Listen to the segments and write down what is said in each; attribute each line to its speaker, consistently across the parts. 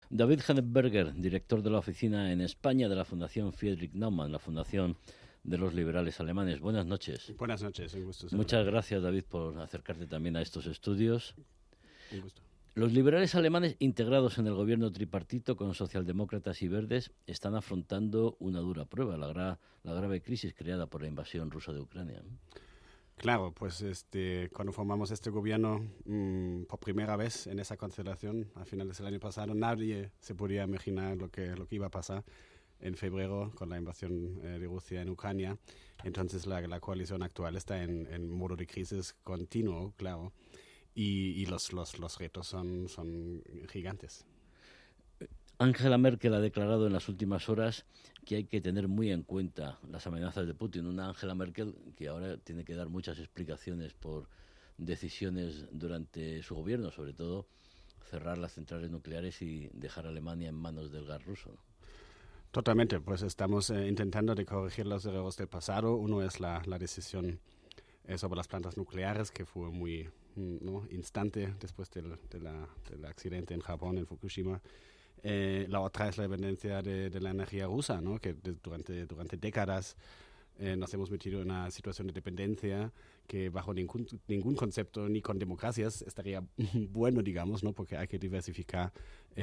Speaker 1: David Hennenberger, director de la oficina en España de la Fundación Friedrich Naumann, la Fundación de los Liberales Alemanes. Buenas noches.
Speaker 2: Buenas noches, un gusto.
Speaker 1: Muchas gracias, David, por acercarte también a estos estudios.
Speaker 2: Un gusto.
Speaker 1: Los liberales alemanes integrados en el gobierno tripartito con socialdemócratas y verdes están afrontando una dura prueba, la grave crisis creada por la invasión rusa de Ucrania.
Speaker 2: Claro, pues cuando formamos este gobierno por primera vez en esa constelación a finales del año pasado, nadie se podía imaginar lo que iba a pasar en febrero con la invasión de Rusia en Ucrania. Entonces la coalición actual está en modo de crisis continuo, claro, y los retos son gigantes.
Speaker 1: Angela Merkel ha declarado en las últimas horas que hay que tener muy en cuenta las amenazas de Putin. Una Angela Merkel que ahora tiene que dar muchas explicaciones por decisiones durante su gobierno, sobre todo cerrar las centrales nucleares y dejar a Alemania en manos del gas ruso.
Speaker 2: Totalmente, pues estamos intentando de corregir los errores del pasado. Uno es la decisión sobre las plantas nucleares, que fue muy instante después del accidente en Japón, en Fukushima. La otra es la dependencia de la energía rusa, ¿no? Que durante décadas nos hemos metido en una situación de dependencia que bajo ningún concepto ni con democracias estaría bueno, digamos, ¿no? Porque hay que diversificar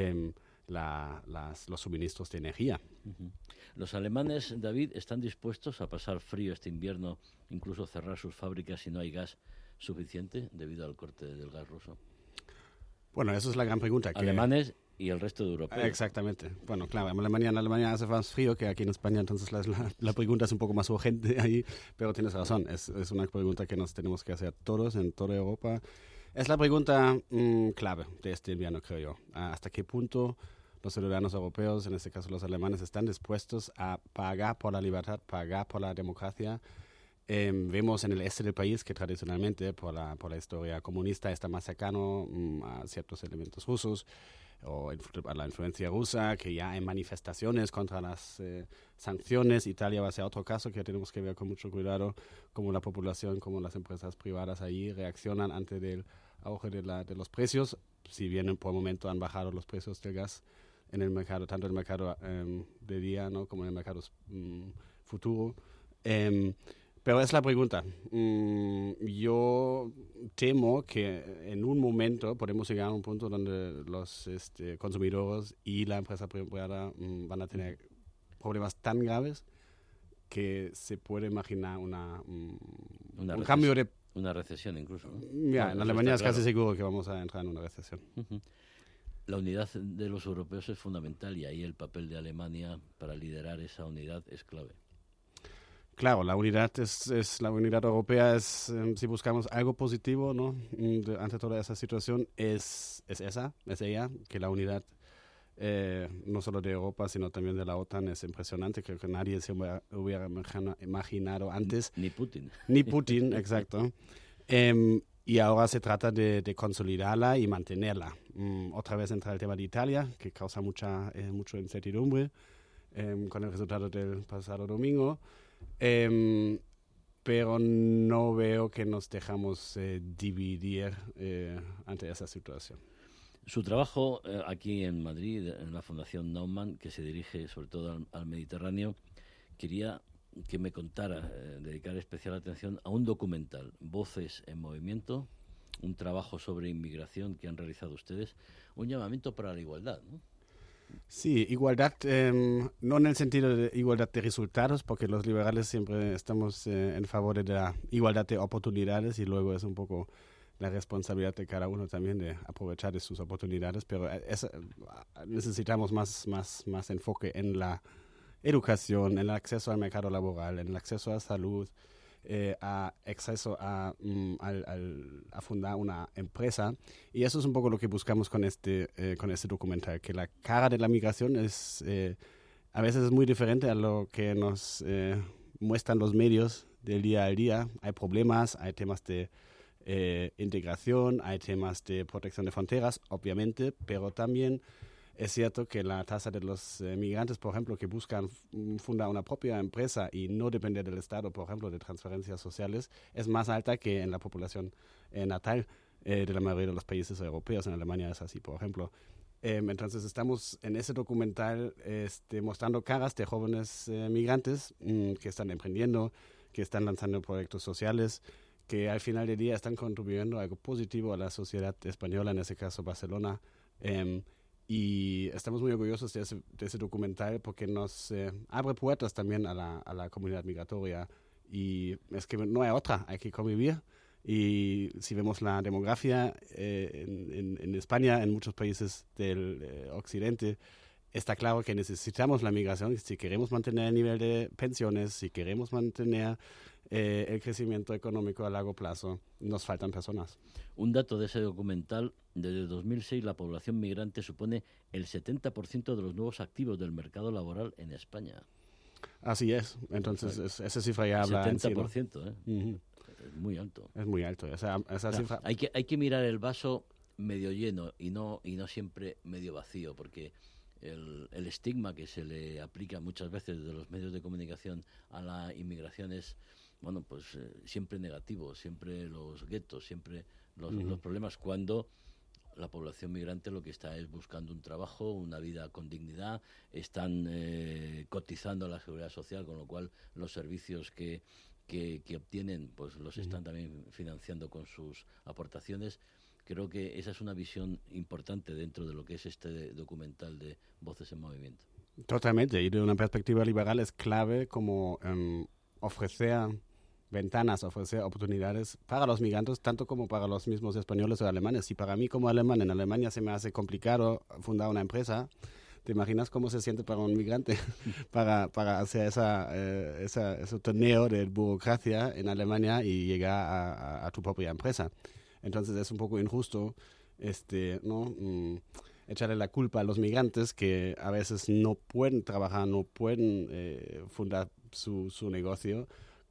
Speaker 2: los suministros de energía.
Speaker 1: Uh-huh. Los alemanes, David, están dispuestos a pasar frío este invierno, incluso cerrar sus fábricas si no hay gas suficiente debido al corte del gas ruso.
Speaker 2: Bueno, esa es la gran pregunta.
Speaker 1: Alemanes y el resto de Europa.
Speaker 2: Exactamente. Bueno, claro, en Alemania hace más frío que aquí en España, entonces la pregunta es un poco más urgente ahí, pero tienes razón, es una pregunta que nos tenemos que hacer todos en toda Europa. Es la pregunta clave de este invierno, creo yo. ¿Hasta qué punto los ciudadanos europeos, en este caso los alemanes, están dispuestos a pagar por la libertad, pagar por la democracia? Vemos en el este del país que tradicionalmente por la historia comunista está más cercano a ciertos elementos rusos o a la influencia rusa, que ya hay manifestaciones contra las sanciones. Italia va a ser otro caso que tenemos que ver con mucho cuidado, cómo la población, cómo las empresas privadas ahí reaccionan ante el auge de los precios, si bien por el momento han bajado los precios del gas en el mercado, tanto en el mercado de día, ¿no? como en el mercado futuro. Pero es la pregunta. Yo temo que en un momento podemos llegar a un punto donde los consumidores y la empresa privada van a tener problemas tan graves que se puede imaginar un cambio de...
Speaker 1: Una recesión incluso, ¿no?
Speaker 2: Ya, en Alemania es casi seguro que vamos a entrar en una recesión.
Speaker 1: Uh-huh. La unidad de los europeos es fundamental y ahí el papel de Alemania para liderar esa unidad es clave.
Speaker 2: Claro, la unidad la unidad europea si buscamos algo positivo, ¿no? Ante toda esa situación es ella, que la unidad no solo de Europa, sino también de la OTAN es impresionante, creo que nadie se hubiera imaginado antes.
Speaker 1: Ni Putin.
Speaker 2: Ni Putin, exacto. Y ahora se trata de consolidarla y mantenerla. Otra vez entra el tema de Italia, que causa mucha incertidumbre con el resultado del pasado domingo. Pero no veo que nos dejamos dividir ante esa situación.
Speaker 1: Su trabajo aquí en Madrid, en la Fundación Naumann, que se dirige sobre todo al Mediterráneo, quería que me contara, dedicar especial atención a un documental, Voces en Movimiento, un trabajo sobre inmigración que han realizado ustedes, un llamamiento para la igualdad, ¿no?
Speaker 2: Sí, igualdad, no en el sentido de igualdad de resultados, porque los liberales siempre estamos en favor de la igualdad de oportunidades y luego es un poco la responsabilidad de cada uno también de aprovechar de sus oportunidades, pero necesitamos más enfoque en la educación, en el acceso al mercado laboral, en el acceso a salud, acceso a fundar una empresa, y eso es un poco lo que buscamos con este documental, que la cara de la migración a veces es muy diferente a lo que nos muestran los medios del día al día. Hay problemas, hay temas de integración, hay temas de protección de fronteras, obviamente, pero también es cierto que la tasa de los migrantes, por ejemplo, que buscan fundar una propia empresa y no depender del Estado, por ejemplo, de transferencias sociales, es más alta que en la población natal de la mayoría de los países europeos. En Alemania es así, por ejemplo. Entonces estamos en ese documental mostrando caras de jóvenes migrantes que están emprendiendo, que están lanzando proyectos sociales, que al final del día están contribuyendo algo positivo a la sociedad española, en ese caso Barcelona. Y estamos muy orgullosos de ese documental porque nos abre puertas también a la comunidad migratoria. Y es que no hay otra, hay que convivir. Y si vemos la demografía en España, en muchos países del occidente, está claro que necesitamos la migración si queremos mantener el nivel de pensiones, si queremos mantener el crecimiento económico a largo plazo. Nos faltan personas.
Speaker 1: Un dato de ese documental, desde 2006 la población migrante supone el 70% de los nuevos activos del mercado laboral en España.
Speaker 2: Así es, entonces esa cifra ya habla
Speaker 1: 70%,
Speaker 2: en sí, ¿no?
Speaker 1: ¿eh? Es muy alto.
Speaker 2: Es muy alto, esa cifra.
Speaker 1: Hay que mirar el vaso medio lleno y no siempre medio vacío, porque el estigma que se le aplica muchas veces de los medios de comunicación a la inmigración es, bueno, pues siempre negativo, siempre los guetos, siempre los problemas, cuando la población migrante lo que está es buscando un trabajo, una vida con dignidad, están cotizando a la seguridad social, con lo cual los servicios que obtienen pues los están también financiando con sus aportaciones. Creo que esa es una visión importante dentro de lo que es este documental de Voces en Movimiento.
Speaker 2: Totalmente, y de una perspectiva liberal es clave como ofrecer ventanas, ofrecer oportunidades para los migrantes, tanto como para los mismos españoles o alemanes. Si para mí como alemán en Alemania se me hace complicado fundar una empresa, ¿te imaginas cómo se siente para un migrante para hacer ese torneo de burocracia en Alemania y llegar a tu propia empresa? Entonces es un poco injusto ¿no? Echarle la culpa a los migrantes que a veces no pueden trabajar, no pueden fundar su negocio,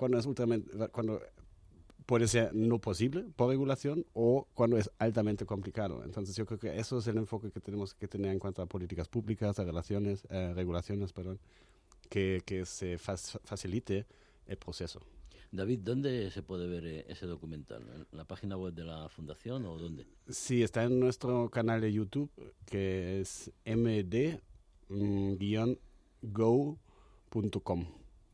Speaker 2: cuando puede ser no posible por regulación o cuando es altamente complicado. Entonces yo creo que eso es el enfoque que tenemos que tener en cuanto a políticas públicas, a regulaciones, que se facilite el proceso.
Speaker 1: David, ¿dónde se puede ver ese documental? ¿En la página web de la Fundación o dónde?
Speaker 2: Sí, está en nuestro canal de YouTube, que es md-go.com.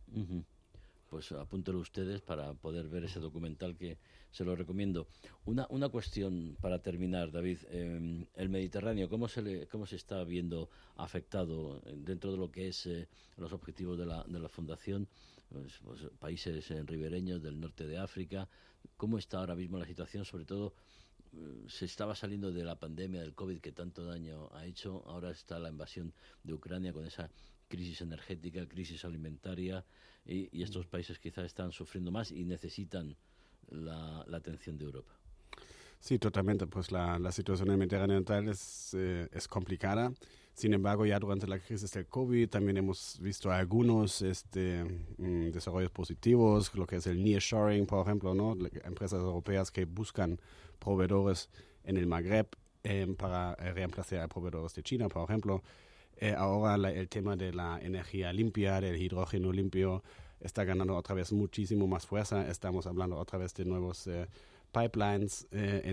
Speaker 1: Pues apúntelo ustedes para poder ver ese documental, que se lo recomiendo. Una cuestión para terminar, David. El Mediterráneo, ¿cómo se está viendo afectado dentro de lo que es los objetivos de la Fundación? Pues, países ribereños del norte de África. ¿Cómo está ahora mismo la situación? Sobre todo, se estaba saliendo de la pandemia del COVID que tanto daño ha hecho. Ahora está la invasión de Ucrania con esa crisis energética, crisis alimentaria, y estos países quizás están sufriendo más y necesitan la atención de Europa.
Speaker 2: Sí, totalmente. Pues la situación en el Mediterráneo Oriental es complicada. Sin embargo, ya durante la crisis del COVID también hemos visto algunos desarrollos positivos, lo que es el nearshoring, por ejemplo, ¿no? Empresas europeas que buscan proveedores en el Magreb para reemplazar a proveedores de China, por ejemplo. Ahora el tema de la energía limpia, del hidrógeno limpio, está ganando otra vez muchísimo más fuerza. Estamos hablando otra vez de nuevos pipelines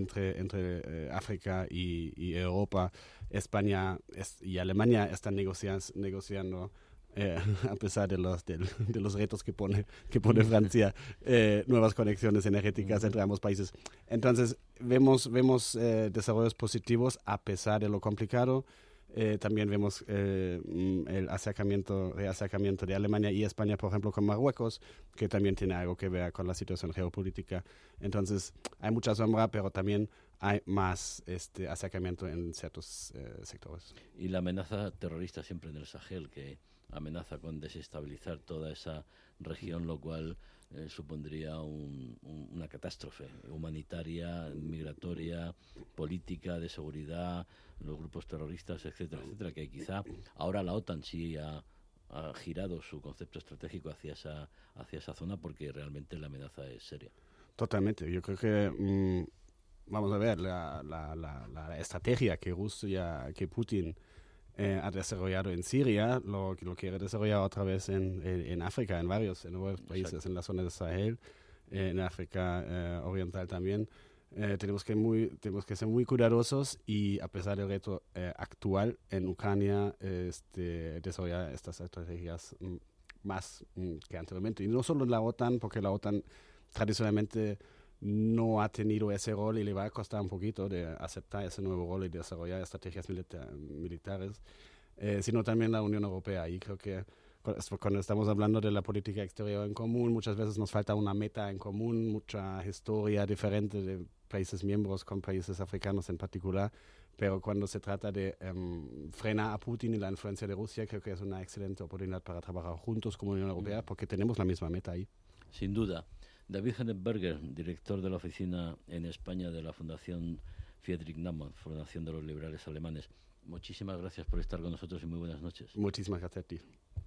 Speaker 2: entre África y Europa. España y Alemania están negociando a pesar de los retos que pone Francia, nuevas conexiones energéticas entre ambos países. Entonces vemos desarrollos positivos a pesar de lo complicado. También vemos el reacercamiento de Alemania y España, por ejemplo, con Marruecos, que también tiene algo que ver con la situación geopolítica. Entonces, hay mucha sombra, pero también hay más acercamiento en ciertos sectores.
Speaker 1: Y la amenaza terrorista siempre en el Sahel, que amenaza con desestabilizar toda esa región, lo cual supondría una catástrofe humanitaria, migratoria, política, de seguridad, los grupos terroristas, etcétera, etcétera, que quizá ahora la OTAN sí ha girado su concepto estratégico hacia esa zona, porque realmente la amenaza es seria.
Speaker 2: Totalmente. Yo creo que vamos a ver la estrategia que Putin ha desarrollado en Siria, lo quiere desarrollar otra vez en África, en varios países, en la zona del Sahel, en África Oriental también. tenemos que ser muy cuidadosos y a pesar del reto actual en Ucrania, desarrollar estas estrategias más que anteriormente. Y no solo la OTAN, porque la OTAN tradicionalmente no ha tenido ese rol y le va a costar un poquito de aceptar ese nuevo rol y desarrollar estrategias militares, sino también la Unión Europea. Y creo que cuando estamos hablando de la política exterior en común, muchas veces nos falta una meta en común, mucha historia diferente de países miembros con países africanos en particular, pero cuando se trata de frenar a Putin y la influencia de Rusia, creo que es una excelente oportunidad para trabajar juntos como Unión Europea, porque tenemos la misma meta ahí.
Speaker 1: Sin duda. David Henneberger, director de la oficina en España de la Fundación Friedrich Naumann, Fundación de los Liberales Alemanes. Muchísimas gracias por estar con nosotros y muy buenas noches.
Speaker 2: Muchísimas gracias a ti.